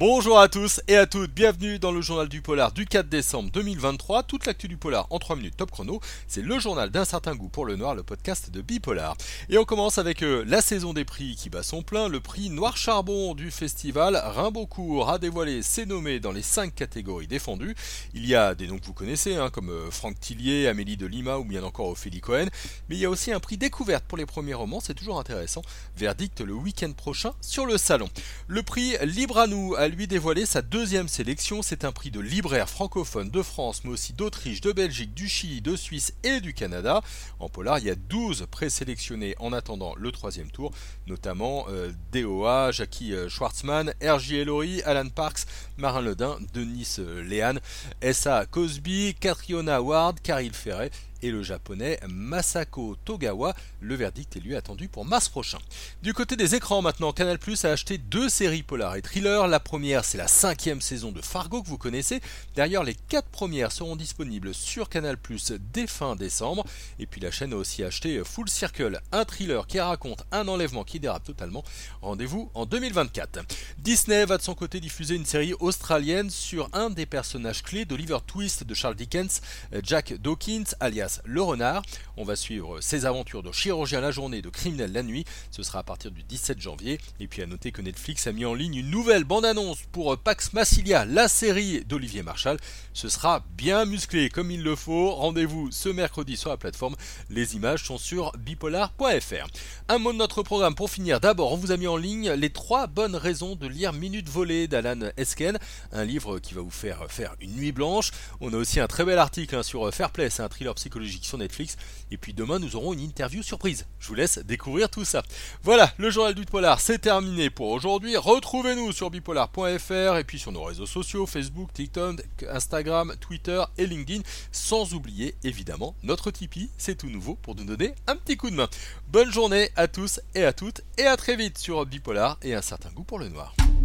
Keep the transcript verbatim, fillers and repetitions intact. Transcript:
Bonjour à tous et à toutes, bienvenue dans le journal du polar du quatre décembre deux mille vingt-trois. Toute l'actu du polar en trois minutes top chrono, c'est le journal d'un certain goût pour le noir, le podcast de Bipolar. Et on commence avec euh, la saison des prix qui bat son plein. Le prix Noir Charbon du festival Rimbaudcourt a dévoilé ses nommés dans les cinq catégories défendues. Il y a des noms que vous connaissez, hein, comme euh, Franck Tillier, Amélie de Lima ou bien encore Ophélie Cohen. Mais il y a aussi un prix découverte pour les premiers romans, c'est toujours intéressant. Verdict le week-end prochain sur le salon. Le prix Libre à nous a lui dévoilé sa deuxième sélection. C'est un prix de libraire francophone de France, mais aussi d'Autriche, de Belgique, du Chili, de Suisse et du Canada. En polar, il y a douze présélectionnés en attendant le troisième tour, notamment euh, D O A, Jackie euh, Schwartzman, R J Ellory, Alan Parks, Marin Ledin, Denis euh, Léane, S A Cosby, Catriona Ward, Caril Ferret et le japonais Masako Togawa. Le verdict est lui attendu pour mars prochain. Du côté des écrans maintenant, Canal+ a acheté deux séries polar et thriller. La première, c'est la cinquième saison de Fargo que vous connaissez. D'ailleurs, les quatre premières seront disponibles sur Canal+ dès fin décembre. Et puis la chaîne a aussi acheté Full Circle, un thriller qui raconte un enlèvement qui dérape totalement. Rendez-vous en deux mille vingt-quatre. Disney va de son côté diffuser une série australienne sur un des personnages clés d'Oliver Twist de Charles Dickens, Jack Dawkins, alias le renard. On va suivre ses aventures de chirurgien la journée et de criminel la nuit. Ce sera à partir du dix-sept janvier. Et puis à noter que Netflix a mis en ligne une nouvelle bande-annonce pour Pax Massilia, la série d'Olivier Marchal. Ce sera bien musclé comme il le faut. Rendez-vous ce mercredi sur la plateforme. Les images sont sur bipolar point f r. Un mot de notre programme pour finir. D'abord, on vous a mis en ligne les trois bonnes raisons de lire Minute volée d'Alan Esken, un livre qui va vous faire faire une nuit blanche. On a aussi un très bel article hein, sur Fairplay, c'est un thriller psychologique sur Netflix. Et puis demain, nous aurons une interview surprise. Je vous laisse découvrir tout ça. Voilà, le journal du polar, c'est terminé pour aujourd'hui. Retrouvez-nous sur bipolar point f r et puis sur nos réseaux sociaux, Facebook, TikTok, Instagram, Twitter et LinkedIn. Sans oublier, évidemment, notre Tipeee. C'est tout nouveau pour nous donner un petit coup de main. Bonne journée à tous et à toutes et à très vite sur Bipolar et un certain goût pour le noir.